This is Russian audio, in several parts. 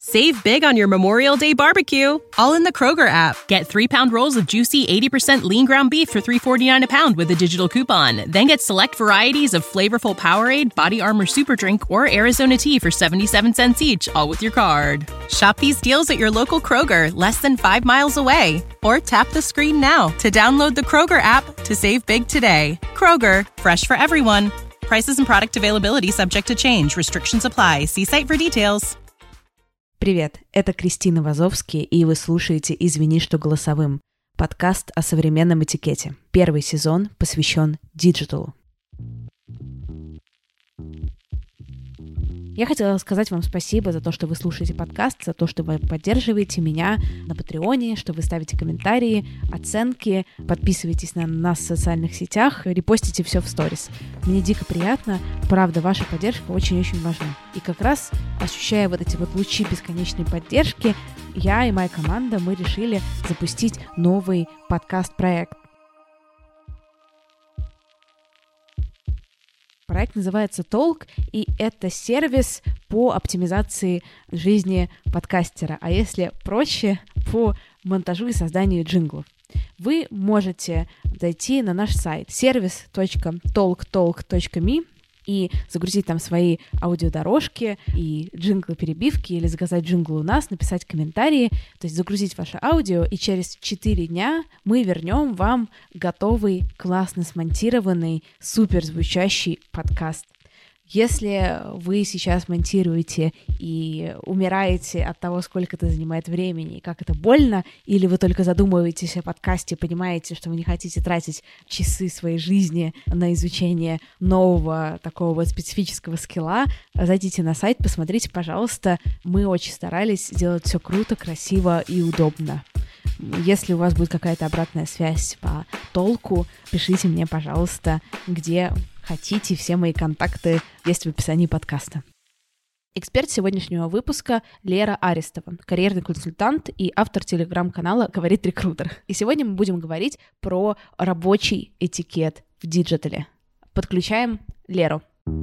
Save big on your Memorial Day barbecue, all in the Kroger app. Get 3-pound rolls of juicy 80% lean ground beef for $3.49 a pound with a digital coupon. Then get select varieties of flavorful Powerade, Body Armor Super Drink, or Arizona tea for 77 cents each, all with your card. Shop these deals at your local Kroger, less than 5 miles away. Or tap the screen now to download the Kroger app to save big today. Kroger, fresh for everyone. Prices and product availability subject to change. Restrictions apply. See site for details. Привет, это Кристина Вазовский, и вы слушаете «Извини, что голосовым» — подкаст о современном этикете. Первый сезон посвящен диджиталу. Я хотела сказать вам спасибо за то, что вы слушаете подкаст, за то, что вы поддерживаете меня на Патреоне, что вы ставите комментарии, оценки, подписываетесь на нас в социальных сетях, репостите все в сторис. Мне дико приятно, правда, ваша поддержка очень-очень важна. И как раз, ощущая вот эти вот лучи бесконечной поддержки, я и моя команда, мы решили запустить новый подкаст-проект. Проект называется Толк, и это сервис по оптимизации жизни подкастера, а если проще, по монтажу и созданию джинглов. Вы можете зайти на наш сайт service.talktalk.me и загрузить там свои аудиодорожки и джинглы-перебивки, или заказать джинглы у нас, написать комментарии, то есть загрузить ваше аудио, и через 4 дня мы вернем вам готовый, классно смонтированный, супер звучащий подкаст. Если вы сейчас монтируете и умираете от того, сколько это занимает времени и как это больно, или вы только задумываетесь о подкасте, понимаете, что вы не хотите тратить часы своей жизни на изучение нового такого специфического скилла, зайдите на сайт, посмотрите, пожалуйста. Мы очень старались сделать все круто, красиво и удобно. Если у вас будет какая-то обратная связь по толку, пишите мне, пожалуйста, где хотите, все мои контакты есть в описании подкаста. Эксперт сегодняшнего выпуска Лера Арестова, карьерный консультант и автор телеграм-канала «Говорит рекрутер». И сегодня мы будем говорить про рабочий этикет в диджитале. Подключаем Леру.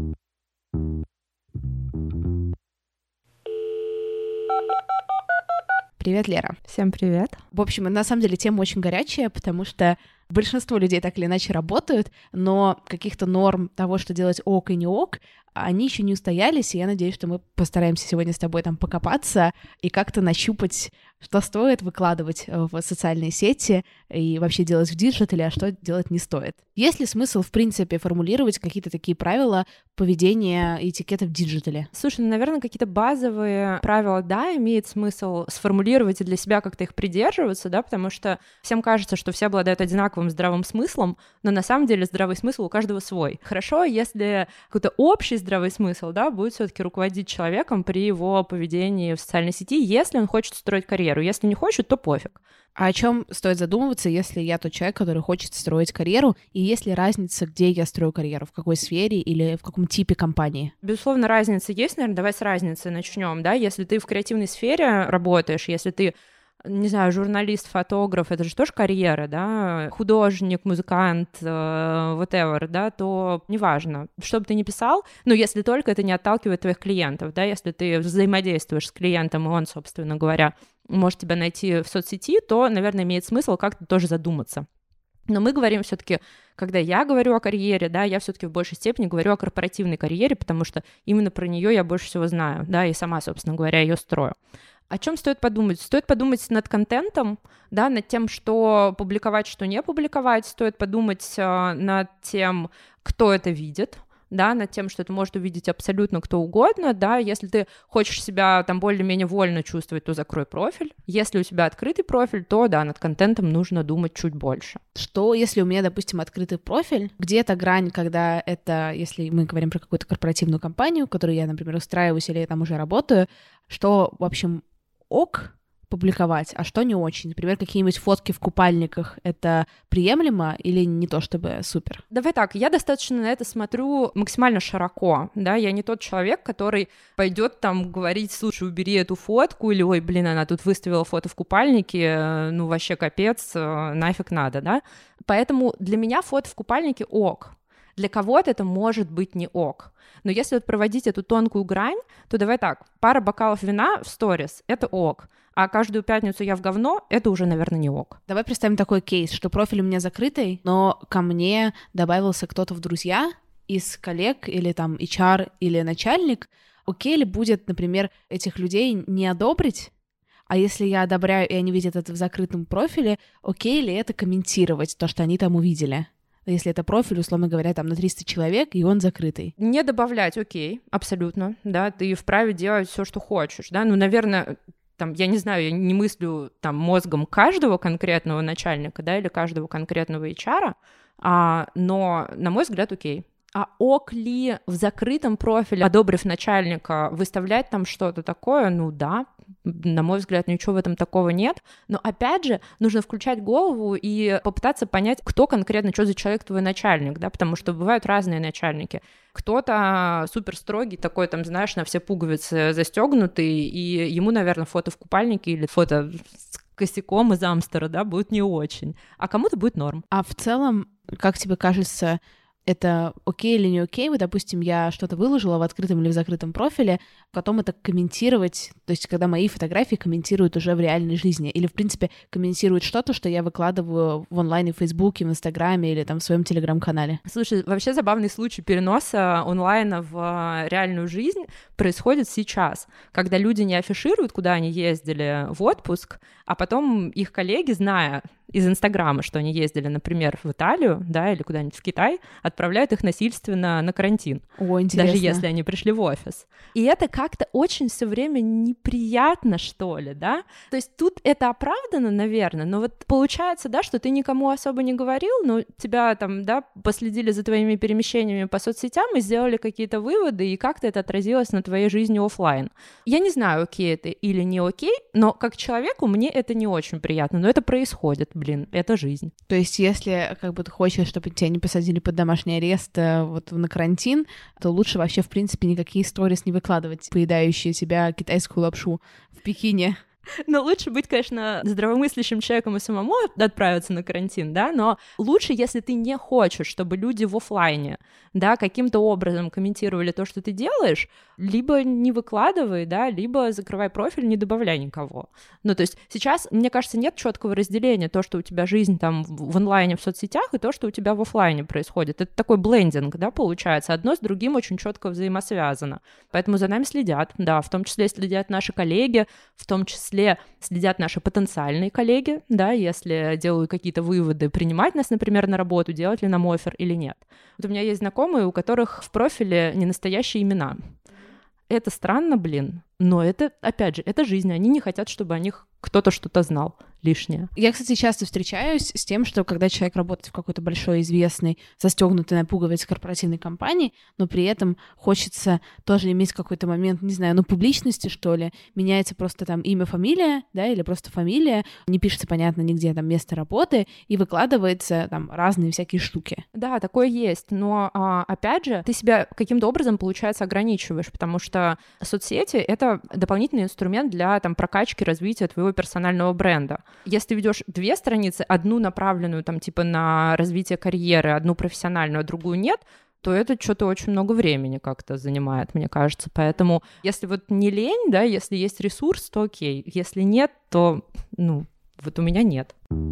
Привет, Лера. Всем привет. В общем, на самом деле тема очень горячая, потому что большинство людей так или иначе работают, но каких-то норм того, что делать ок и не ок, они еще не устоялись, и я надеюсь, что мы постараемся сегодня с тобой там покопаться и как-то нащупать, что стоит выкладывать в социальные сети и вообще делать в диджитале, а что делать не стоит. Есть ли смысл, в принципе, формулировать какие-то такие правила поведения и этикета в диджитале? Слушай, ну, наверное, какие-то базовые правила, да, имеет смысл сформулировать и для себя как-то их придерживаться, да, потому что всем кажется, что все обладают одинаковым здравым смыслом, но на самом деле здравый смысл у каждого свой. Хорошо, если какой-то общий здравый смысл, да, будет все-таки руководить человеком при его поведении в социальной сети, если он хочет строить карьеру. Если не хочет, то пофиг. А о чем стоит задумываться, если я тот человек, который хочет строить карьеру, и есть ли разница, где я строю карьеру, в какой сфере или в каком типе компании? Безусловно, разница есть, наверное, давай с разницы начнем, да, если ты в креативной сфере работаешь, если ты, не знаю, журналист, фотограф, это же тоже карьера, да, художник, музыкант, whatever, да, то неважно, что бы ты ни писал, но если только это не отталкивает твоих клиентов, да, если ты взаимодействуешь с клиентом, и он, собственно говоря, может тебя найти в соцсети, то, наверное, имеет смысл как-то тоже задуматься. Но мы говорим все-таки, когда я говорю о карьере, да, я все-таки в большей степени говорю о корпоративной карьере, потому что именно про нее я больше всего знаю, да, и сама, собственно говоря, ее строю. О чем стоит подумать? Стоит подумать над контентом, да, над тем, что публиковать, что не публиковать, стоит подумать над тем, кто это видит, да, над тем, что это может увидеть абсолютно кто угодно, да, если ты хочешь себя там более-менее вольно чувствовать, то закрой профиль, если у тебя открытый профиль, то, да, над контентом нужно думать чуть больше. Что, если у меня, допустим, открытый профиль, где эта грань, когда это, если мы говорим про какую-то корпоративную компанию, в которой я, например, устраиваюсь или я там уже работаю, что, в общем, ок публиковать, а что не очень? Например, какие-нибудь фотки в купальниках — это приемлемо или не то чтобы супер? Давай так, я достаточно на это смотрю максимально широко, да, я не тот человек, который пойдет там говорить: слушай, убери эту фотку, или ой, блин, она тут выставила фото в купальнике, ну вообще капец, нафиг надо, да, поэтому для меня фото в купальнике ок. Для кого-то это может быть не ок. Но если вот проводить эту тонкую грань, то давай так, пара бокалов вина в сторис — это ок, а каждую пятницу я в говно — это уже, наверное, не ок. Давай представим такой кейс, что профиль у меня закрытый, но ко мне добавился кто-то в друзья из коллег или там HR или начальник. Окей ли будет, например, этих людей не одобрить? А если я одобряю, и они видят это в закрытом профиле, окей ли это комментировать, то, что они там увидели? Если это профиль, условно говоря, там на 300 человек, и он закрытый. Не добавлять, окей, абсолютно, да, ты вправе делать все, что хочешь, да, ну, наверное, там, я не знаю, я не мыслю там мозгом каждого конкретного начальника, да, или каждого конкретного HR, но, на мой взгляд, окей. А ок ли в закрытом профиле, одобрив начальника, выставлять там что-то такое? Ну да, на мой взгляд, ничего в этом такого нет. Но опять же, нужно включать голову и попытаться понять, кто конкретно, что за человек твой начальник, да, потому что бывают разные начальники. Кто-то супер строгий, такой там, знаешь, на все пуговицы застегнутый, и ему, наверное, фото в купальнике или фото с косяком из Амстера, да, будет не очень. А кому-то будет норм. А в целом, как тебе кажется, это окей или не окей? Вот, допустим, я что-то выложила в открытом или в закрытом профиле, потом это комментировать, то есть когда мои фотографии комментируют уже в реальной жизни, или, в принципе, комментируют что-то, что я выкладываю в онлайне, в Фейсбуке, в Инстаграме или там в своем Телеграм-канале. Слушай, вообще забавный случай переноса онлайна в реальную жизнь происходит сейчас, когда люди не афишируют, куда они ездили в отпуск, а потом их коллеги, зная из Инстаграма, что они ездили, например, в Италию, да, или куда-нибудь в Китай, отправляют их насильственно на карантин. О, интересно. Даже если они пришли в офис. И это как-то очень все время неприятно, что ли, да? То есть тут это оправдано, наверное, но вот получается, да, что ты никому особо не говорил, но тебя там, да, последили за твоими перемещениями по соцсетям и сделали какие-то выводы, и как-то это отразилось на твоей жизни офлайн. Я не знаю, окей это или не окей, но как человеку мне это не очень приятно, но это происходит, блин, это жизнь. То есть если как бы ты хочешь, чтобы тебя не посадили под домашний арест вот на карантин, то лучше вообще, в принципе, никакие сторис не выкладывать, поедающие себя китайскую лапшу в Пекине. Но лучше быть, конечно, здравомыслящим человеком и самому отправиться на карантин, да, но лучше, если ты не хочешь, чтобы люди в офлайне, да, каким-то образом комментировали то, что ты делаешь, либо не выкладывай, да, либо закрывай профиль, не добавляй никого. Ну, то есть сейчас, мне кажется, нет четкого разделения, то, что у тебя жизнь там в онлайне, в соцсетях, и то, что у тебя в офлайне происходит. Это такой блендинг, да, получается. Одно с другим очень четко взаимосвязано. Поэтому за нами следят, да, в том числе следят наши коллеги, в том числе следят наши потенциальные коллеги, да, если делают какие-то выводы, принимать нас, например, на работу, делать ли нам оффер или нет. Вот у меня есть знакомые, у которых в профиле не настоящие имена. Это странно, блин, но это, опять же, это жизнь, они не хотят, чтобы о них кто-то что-то знал лишнее. Я, кстати, часто встречаюсь с тем, что когда человек работает в какой-то большой, известной, застегнутой на пуговицы корпоративной компании, но при этом хочется тоже иметь какой-то момент, не знаю, публичности, что ли, меняется просто там имя, фамилия, да, или просто фамилия, не пишется, понятно, нигде там место работы, и выкладывается там разные всякие штуки. Да, такое есть, но, опять же, ты себя каким-то образом, получается, ограничиваешь, потому что соцсети — это дополнительный инструмент для там прокачки, развития твоего персонального бренда. Если ты ведешь 2 страницы, одну направленную там типа на развитие карьеры, одну профессиональную, а другую нет, то это что-то очень много времени как-то занимает, мне кажется. Поэтому если вот не лень, да, если есть ресурс, то окей. Если нет, то, вот у меня нет.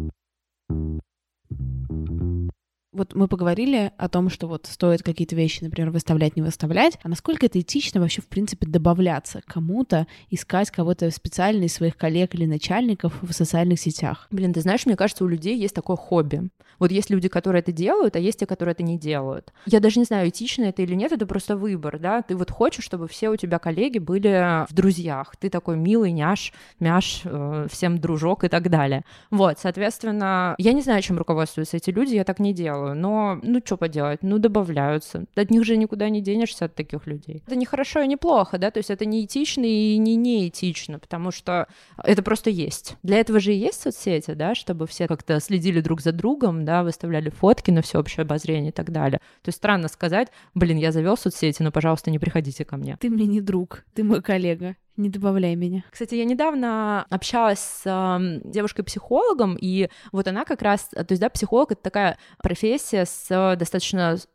Вот мы поговорили о том, что вот стоит какие-то вещи, например, выставлять, не выставлять, а насколько это этично вообще, в принципе, добавляться кому-то, искать кого-то специально из своих коллег или начальников в социальных сетях? Блин, ты знаешь, мне кажется, у людей есть такое хобби. Вот есть люди, которые это делают, а есть те, которые это не делают. Я даже не знаю, этично это или нет, это просто выбор, да? Ты вот хочешь, чтобы все у тебя коллеги были в друзьях. Ты такой милый, няш, мяш, всем дружок и так далее. Вот, соответственно, я не знаю, чем руководствуются эти люди, я так не делаю. Но, что поделать, добавляются. От них же никуда не денешься, от таких людей. Это не хорошо и не плохо, да, то есть это не этично и не неэтично, потому что это просто есть. Для этого же и есть соцсети, да, чтобы все как-то следили друг за другом, да, выставляли фотки на всеобщее обозрение и так далее. То есть странно сказать, блин, я завел соцсети, но, пожалуйста, не приходите ко мне. Ты мне не друг, ты мой коллега. Не добавляй меня. Кстати, я недавно общалась с девушкой-психологом, и вот она как раз, то есть, да, психолог — это такая профессия с достаточно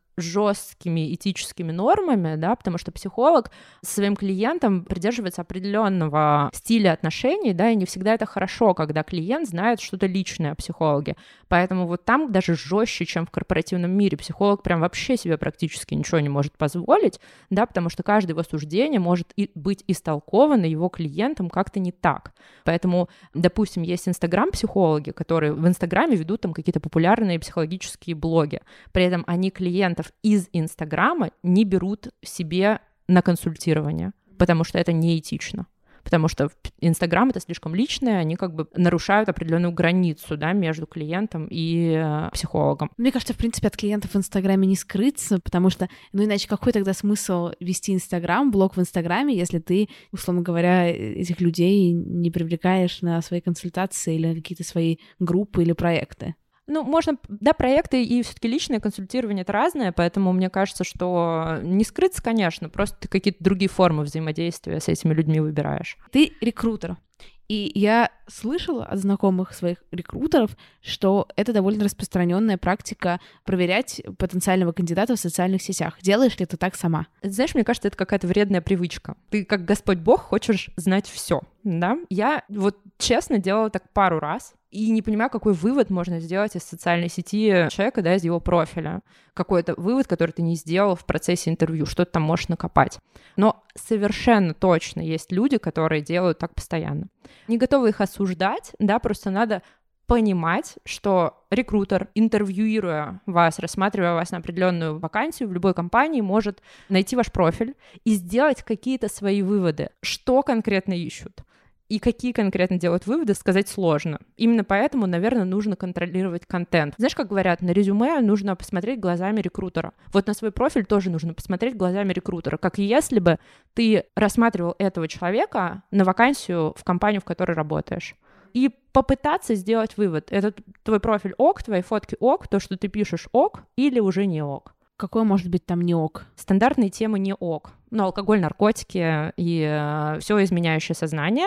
жесткими этическими нормами, да, потому что психолог со своим клиентом придерживается определенного стиля отношений, да, и не всегда это хорошо, когда клиент знает что-то личное о психологе. Поэтому вот там даже жестче, чем в корпоративном мире. Психолог прям вообще себе практически ничего не может позволить, да, потому что каждое его суждение может быть истолковано его клиентом как-то не так. Поэтому, допустим, есть инстаграм-психологи, которые в Инстаграме ведут там какие-то популярные психологические блоги. При этом они клиентов из Инстаграма не берут себе на консультирование, потому что это неэтично. Потому что Инстаграм — это слишком личное, они как бы нарушают определенную границу, да, между клиентом и психологом. Мне кажется, в принципе, от клиентов в Инстаграме не скрыться, потому что, ну иначе какой тогда смысл вести Инстаграм, блог в Инстаграме, если ты, условно говоря, этих людей не привлекаешь на свои консультации или на какие-то свои группы или проекты? Ну, можно, да, проекты и все-таки личное консультирование — это разное, поэтому мне кажется, что не скрыться, конечно, просто ты какие-то другие формы взаимодействия с этими людьми выбираешь. Ты рекрутер. И я слышала от знакомых своих рекрутеров, что это довольно распространенная практика проверять потенциального кандидата в социальных сетях. Делаешь ли ты так сама? Знаешь, мне кажется, это какая-то вредная привычка. Ты, как Господь Бог, хочешь знать все, да? Я вот честно делала так пару раз, и не понимаю, какой вывод можно сделать из социальной сети человека, да, из его профиля. Какой-то вывод, который ты не сделал в процессе интервью, что ты там можешь накопать. Но совершенно точно есть люди, которые делают так постоянно. Не готовы их осуждать, да, просто надо понимать, что рекрутер, интервьюируя вас, рассматривая вас на определенную вакансию в любой компании, может найти ваш профиль и сделать какие-то свои выводы, что конкретно ищут. И какие конкретно делают выводы, сказать сложно. Именно поэтому, наверное, нужно контролировать контент. Знаешь, как говорят, на резюме нужно посмотреть глазами рекрутера. Вот на свой профиль тоже нужно посмотреть глазами рекрутера. Как если бы ты рассматривал этого человека на вакансию в компанию, в которой работаешь. И попытаться сделать вывод. Это твой профиль ок, твои фотки ок, то, что ты пишешь ок или уже не ок. Какой может быть там не ок? Стандартные темы не ок. Ну, алкоголь, наркотики и все изменяющее сознание.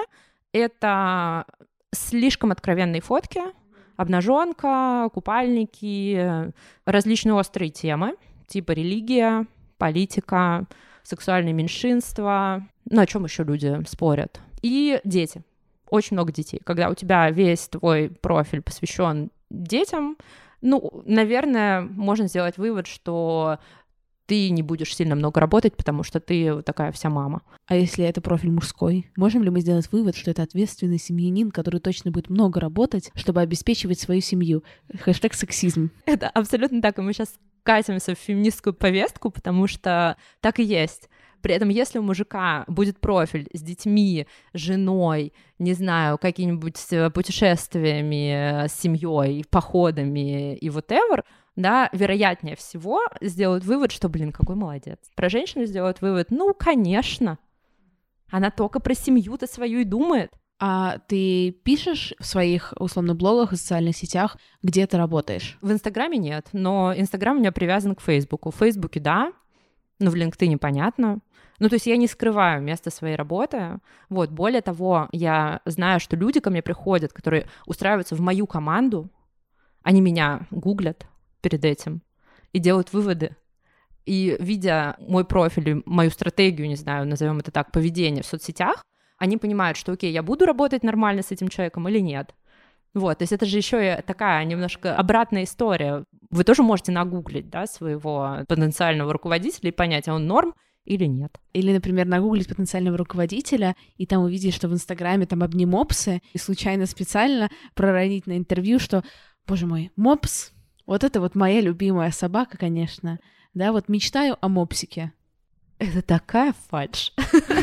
Это слишком откровенные фотки, обнаженка, купальники, различные острые темы, типа религия, политика, сексуальные меньшинства, ну, о чем еще люди спорят. И дети. Очень много детей. Когда у тебя весь твой профиль посвящен детям, ну, наверное, можно сделать вывод, что ты не будешь сильно много работать, потому что ты вот такая вся мама. А если это профиль мужской? Можем ли мы сделать вывод, что это ответственный семьянин, который точно будет много работать, чтобы обеспечивать свою семью? Хэштег сексизм. Это абсолютно так, и мы сейчас катимся в феминистскую повестку, потому что так и есть. При этом, если у мужика будет профиль с детьми, женой, не знаю, какими-нибудь путешествиями, с семьей, походами и whatever, да, вероятнее всего сделают вывод, что, блин, какой молодец. Про женщину сделают вывод, ну, конечно, она только про семью-то свою и думает. А ты пишешь в своих, условно, блогах и социальных сетях, где ты работаешь? В Инстаграме нет, но Инстаграм у меня привязан к Фейсбуку. В Фейсбуке, да, но в LinkedIn понятно. Ну, то есть я не скрываю место своей работы. Вот, более того, я знаю, что люди ко мне приходят, которые устраиваются в мою команду, они меня гуглят перед этим и делают выводы. И видя мой профиль, мою стратегию, не знаю, назовем это так, поведение в соцсетях, они понимают, что окей, я буду работать нормально с этим человеком или нет. Вот, то есть это же еще и такая немножко обратная история. Вы тоже можете нагуглить, да, своего потенциального руководителя и понять, а он норм или нет. Или, например, нагуглить потенциального руководителя, и там увидеть, что в Инстаграме там одни мопсы, и случайно специально проронить на интервью, что, боже мой, мопс, вот это вот моя любимая собака, конечно, да, вот мечтаю о мопсике. Это такая фальшь.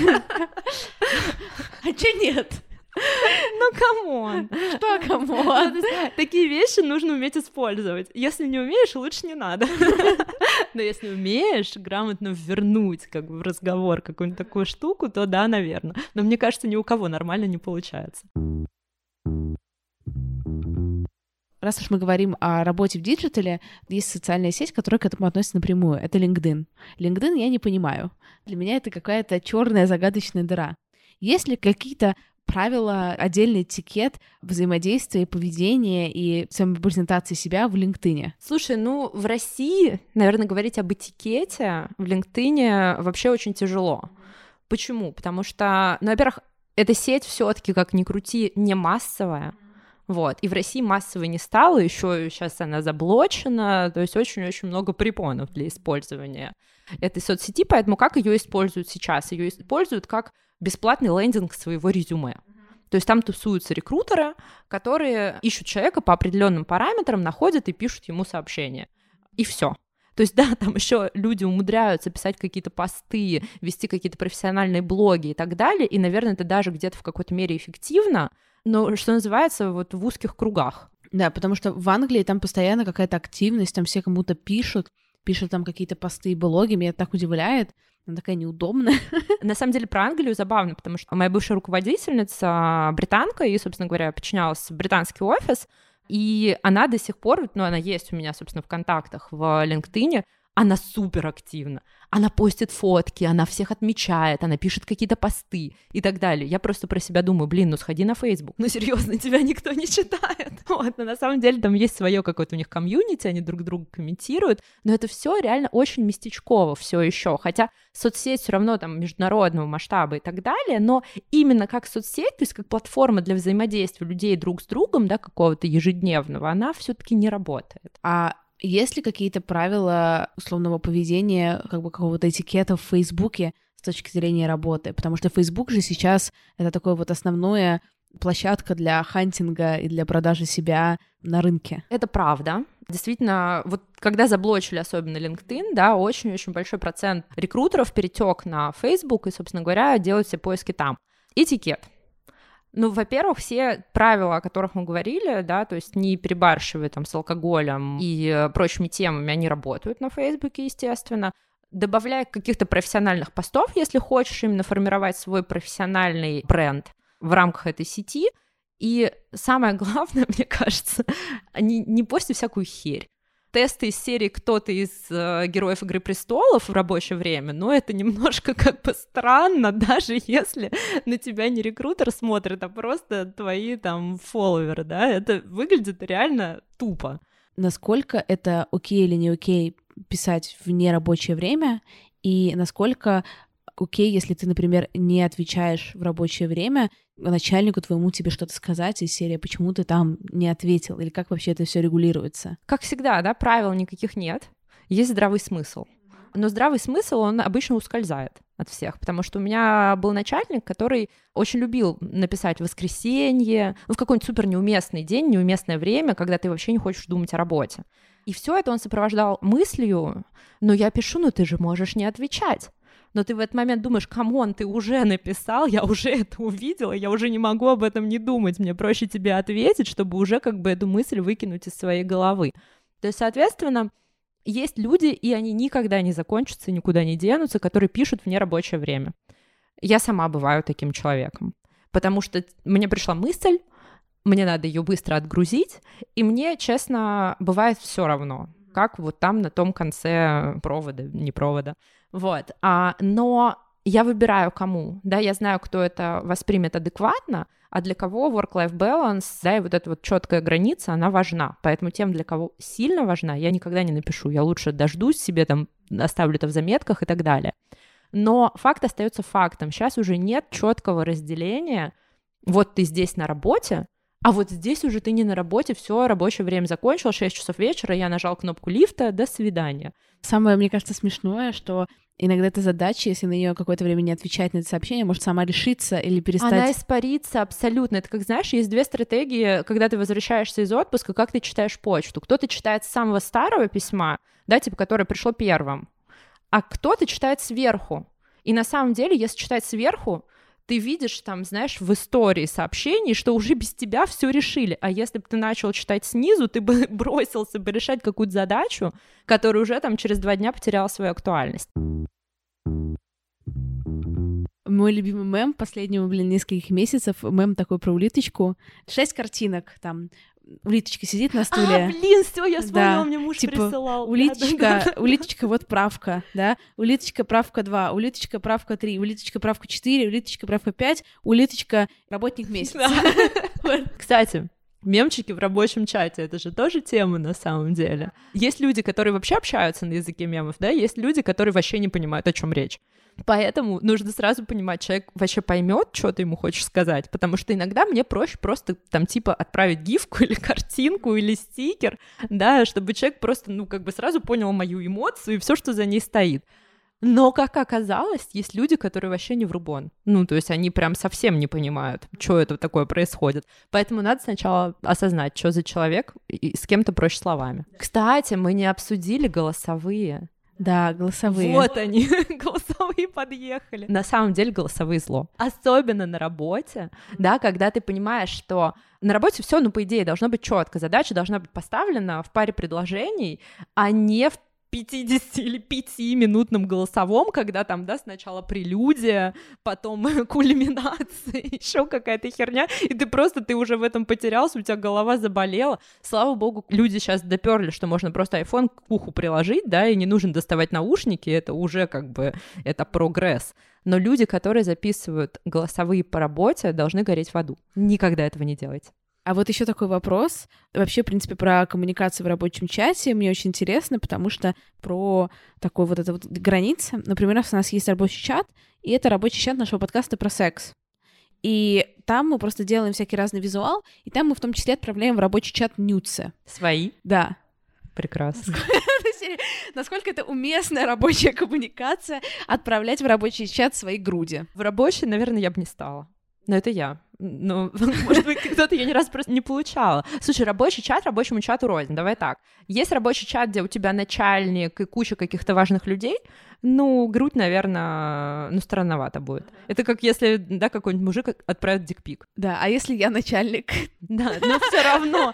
А чё нет? Ну, камон. Что камон? Такие вещи нужно уметь использовать. Если не умеешь, лучше не надо. Но если умеешь грамотно вернуть как бы в разговор какую-нибудь такую штуку, то да, наверное. Но мне кажется, ни у кого нормально не получается. Раз уж мы говорим о работе в диджитале, есть социальная сеть, которая к этому относится напрямую. Это LinkedIn. LinkedIn я не понимаю. Для меня это какая-то черная загадочная дыра. Есть ли какие-то правила, отдельный этикет взаимодействия, поведения и самопрезентации себя в LinkedIn? Слушай, ну, в России, наверное, говорить об этикете в LinkedIn вообще очень тяжело. Почему? Потому что, ну, во-первых, эта сеть все-таки, как ни крути, не массовая. Вот. И в России массовой не стало, еще сейчас она заблочена, то есть очень-очень много препонов для использования этой соцсети, поэтому как ее используют сейчас? Ее используют как бесплатный лендинг своего резюме. То есть там тусуются рекрутеры, которые ищут человека по определенным параметрам, находят и пишут ему сообщения. И все. То есть, да, там еще люди умудряются писать какие-то посты, вести какие-то профессиональные блоги и так далее, и, наверное, это даже где-то в какой-то мере эффективно, но, что называется, вот в узких кругах. Да, потому что в Англии там постоянно какая-то активность, там все кому-то пишут там какие-то посты и блоги, меня это так удивляет, она такая неудобная. На самом деле про Англию забавно, потому что моя бывшая руководительница британка, и, собственно говоря, подчинялась в британский офис, и она до сих пор, ну, она есть у меня, собственно, в контактах в LinkedIn, она супер активна. Она постит фотки, она всех отмечает, она пишет какие-то посты и так далее. Я просто про себя думаю, блин, ну сходи на Facebook. Ну серьезно, тебя никто не читает. Вот, но на самом деле там есть свое какое-то у них комьюнити, они друг друга комментируют, но это все реально очень местечково все еще. Хотя соцсеть все равно там международного масштаба и так далее, но именно как соцсеть, то есть как платформа для взаимодействия людей друг с другом, да, какого-то ежедневного, она все-таки не работает. А есть ли какие-то правила условного поведения, как бы какого-то этикета в Фейсбуке с точки зрения работы? Потому что Фейсбук же сейчас это такое вот основное площадка для хантинга и для продажи себя на рынке. Это правда. Действительно, вот когда заблочили особенно LinkedIn, да, очень-очень большой процент рекрутеров перетек на Facebook и, собственно говоря, делают все поиски там. Этикет. Ну, во-первых, все правила, о которых мы говорили, да, то есть не перебарщивая там с алкоголем и прочими темами, они работают на Фейсбуке, естественно. Добавляя каких-то профессиональных постов, если хочешь именно формировать свой профессиональный бренд в рамках этой сети. И самое главное, мне кажется, не пости всякую херь. Тесты из серии «Кто-то из героев Игры престолов» в рабочее время, но это немножко как бы странно, даже если на тебя не рекрутер смотрит, а просто твои там фолловеры, да, это выглядит реально тупо. Насколько это окей или не окей писать в нерабочее время, и насколько окей, если ты, например, не отвечаешь в рабочее время начальнику твоему тебе что-то сказать из серии «Почему ты там не ответил?» или как вообще это все регулируется? Как всегда, да, правил никаких нет, есть здравый смысл. Но здравый смысл, он обычно ускользает от всех, потому что у меня был начальник, который очень любил написать в воскресенье, ну, в какой-нибудь супер неуместный день, неуместное время, когда ты вообще не хочешь думать о работе. И все это он сопровождал мыслью: «Ну, я пишу, но ты же можешь не отвечать». Но ты в этот момент думаешь: камон, ты уже написал, я уже это увидела, я уже не могу об этом не думать, мне проще тебе ответить, чтобы уже как бы эту мысль выкинуть из своей головы. То есть, соответственно, есть люди, и они никогда не закончатся, никуда не денутся, которые пишут в нерабочее время. Я сама бываю таким человеком, потому что мне пришла мысль, мне надо ее быстро отгрузить, и мне, честно, бывает все равно, как вот там на том конце провода, не провода. Вот, но я выбираю кому, да, я знаю, кто это воспримет адекватно, а для кого work-life balance, да, и вот эта вот четкая граница, она важна, поэтому тем, для кого сильно важна, я никогда не напишу, я лучше дождусь себе, там, оставлю это в заметках и так далее. Но факт остается фактом, сейчас уже нет четкого разделения, вот ты здесь на работе, а вот здесь уже ты не на работе, все, рабочее время закончилось, 6 часов вечера, я нажал кнопку лифта, до свидания. Самое, мне кажется, смешное, что иногда эта задача, если на нее какое-то время не отвечать на это сообщение, может сама решиться или перестать... Она испарится абсолютно. Это как, знаешь, есть две стратегии, когда ты возвращаешься из отпуска, как ты читаешь почту. Кто-то читает с самого старого письма, да, типа, которое пришло первым, а кто-то читает сверху. И на самом деле, если читать сверху, ты видишь там, знаешь, в истории сообщений, что уже без тебя все решили. А если бы ты начал читать снизу, ты бы бросился бы решать какую-то задачу, которая уже там через 2 дня потеряла свою актуальность. Мой любимый мем последнего, нескольких месяцев, мем такой про улиточку. 6 картинок, там, улиточка сидит на стуле. Блин, все, я вспомнила, Да, мне муж типа, присылал. улиточка, вот правка, да, улиточка, правка 2, улиточка, правка 3, улиточка, правка 4, улиточка, правка 5, улиточка, работник месяца. Кстати, мемчики в рабочем чате, это же тоже тема на самом деле. Есть люди, которые вообще общаются на языке мемов, да, есть люди, которые вообще не понимают, о чем речь. Поэтому нужно сразу понимать, человек вообще поймет, что ты ему хочешь сказать, потому что иногда мне проще просто там типа отправить гифку или картинку или стикер, да, чтобы человек просто, ну, как бы сразу понял мою эмоцию и все, что за ней стоит. Но, как оказалось, есть люди, которые вообще не в рубон. Ну, то есть они прям совсем не понимают, что это такое происходит. Поэтому надо сначала осознать, что за человек, и с кем-то проще словами. Кстати, мы не обсудили голосовые. Да, голосовые. Вот они, голосовые подъехали. На самом деле голосовые зло. Особенно на работе, да, когда ты понимаешь, что на работе все, ну, по идее, должно быть четко. Задача должна быть поставлена в паре предложений, а не в 50 или 5-минутном голосовом, когда там, да, сначала прелюдия, потом кульминация, еще какая-то херня, и ты уже в этом потерялся, у тебя голова заболела. Слава богу, люди сейчас доперли, что можно просто iPhone к уху приложить, да, и не нужно доставать наушники, это уже как бы, это прогресс. Но люди, которые записывают голосовые по работе, должны гореть в аду. Никогда этого не делайте. А вот еще такой вопрос. Вообще, в принципе, про коммуникацию в рабочем чате мне очень интересно, потому что про такой вот это вот границы. Например, у нас есть рабочий чат, и это рабочий чат нашего подкаста про секс. И там мы просто делаем всякий разный визуал, и там мы в том числе отправляем в рабочий чат нюдсы. Свои? Да. Прекрасно. Насколько это уместная рабочая коммуникация отправлять в рабочий чат свои груди? В рабочий, наверное, я бы не стала. Но это я. Ну, может быть, кто-то я ни разу просто не получала. Слушай, рабочий чат рабочему чату рознь. Давай так. Есть рабочий чат, где у тебя начальник и куча каких-то важных людей, ну, грудь, наверное, ну, странновато будет. Это как если, да, какой-нибудь мужик отправит дикпик. Да, а если я начальник? Да, но все равно,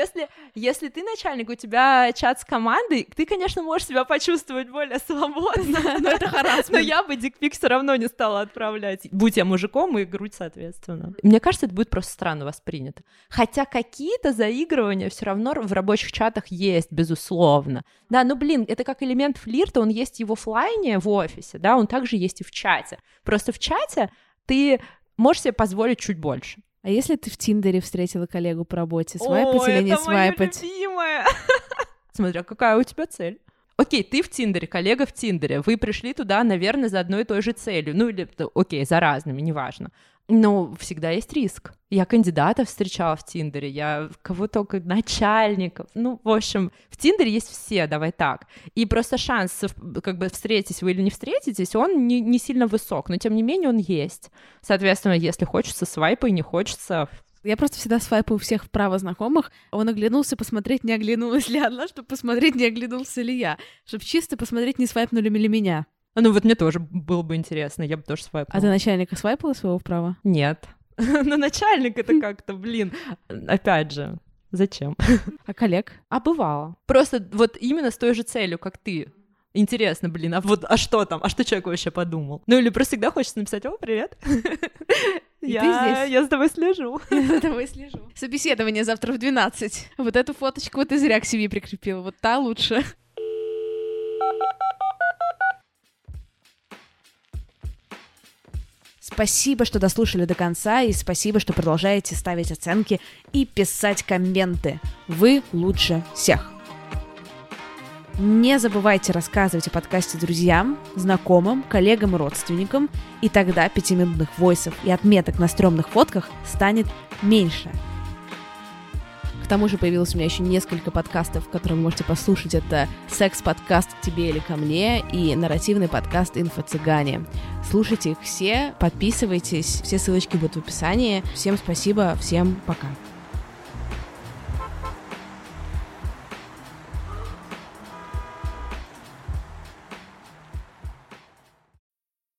если ты начальник, у тебя чат с командой, ты, конечно, можешь себя почувствовать более свободно. Но это харассмент. Но я бы дикпик все равно не стала отправлять. Будь я мужиком, и грудь, соответственно. Мне кажется, это будет просто странно воспринято. Хотя какие-то заигрывания все равно в рабочих чатах есть, безусловно. Да, ну, блин, это как элемент флирта, он есть и в офлайне, в офисе, да, он также есть и в чате. Просто в чате ты можешь себе позволить чуть больше. А если ты в Тиндере встретила коллегу по работе, свайпать или не свайпать? Это моё любимое! Смотря, какая у тебя цель. Окей, ты в Тиндере, коллега в Тиндере, вы пришли туда, наверное, за одной и той же целью, ну или, окей, за разными, неважно. Но всегда есть риск. Я кандидатов встречала в Тиндере, я кого только, начальников. Ну, в общем, в Тиндере есть все, давай так. И просто шанс, как бы, встретитесь вы или не встретитесь, он не сильно высок, но тем не менее он есть. Соответственно, если хочется свайпа и не хочется... Я просто всегда свайпаю всех вправо знакомых. Он оглянулся посмотреть, не оглянулась ли она, чтобы посмотреть, не оглянулся ли я. Чтобы чисто посмотреть, не свайпнули ли меня. Ну вот мне тоже было бы интересно, я бы тоже свайпала. А ты начальника свайпала своего вправо? Нет. Но начальник это как-то, блин, опять же, зачем? А коллег? А бывало. Просто вот именно с той же целью, как ты. Интересно, блин, а что там? А что человек вообще подумал? Ну или просто всегда хочется написать: о, привет. Я за тобой слежу. Я за тобой слежу. Собеседование завтра в 12. Вот эту фоточку ты зря к себе прикрепила. Вот та лучше. Спасибо, что дослушали до конца, и спасибо, что продолжаете ставить оценки и писать комменты. Вы лучше всех. Не забывайте рассказывать о подкасте друзьям, знакомым, коллегам и родственникам, и тогда 5-минутных войсов и отметок на стрёмных фотках станет меньше. К тому же появилось у меня еще несколько подкастов, которые вы можете послушать. Это секс-подкаст «Тебе или ко мне» и нарративный подкаст «Инфо-цыгане». Слушайте их все, подписывайтесь, все ссылочки будут в описании. Всем спасибо, всем пока.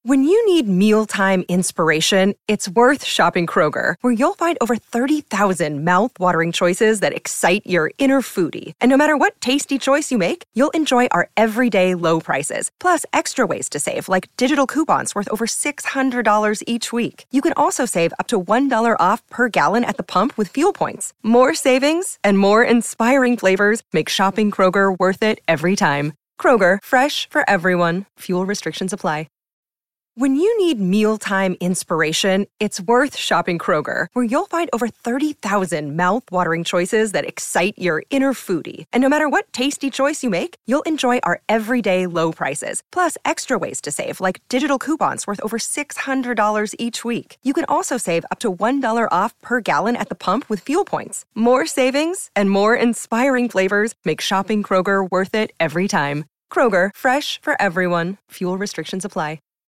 When you need mealtime inspiration, it's worth shopping Kroger, where you'll find over 30,000 mouth-watering choices that excite your inner foodie. And no matter what tasty choice you make, you'll enjoy our everyday low prices, plus extra ways to save, like digital coupons worth over $600 each week. You can also save up to $1 off per gallon at the pump with fuel points. More savings and more inspiring flavors make shopping Kroger worth it every time. Kroger, fresh for everyone. Fuel restrictions apply. When you need mealtime inspiration, it's worth shopping Kroger, where you'll find over 30,000 mouth-watering choices that excite your inner foodie. And no matter what tasty choice you make, you'll enjoy our everyday low prices, plus extra ways to save, like digital coupons worth over $600 each week. You can also save up to $1 off per gallon at the pump with fuel points. More savings and more inspiring flavors make shopping Kroger worth it every time. Kroger, fresh for everyone. Fuel restrictions apply.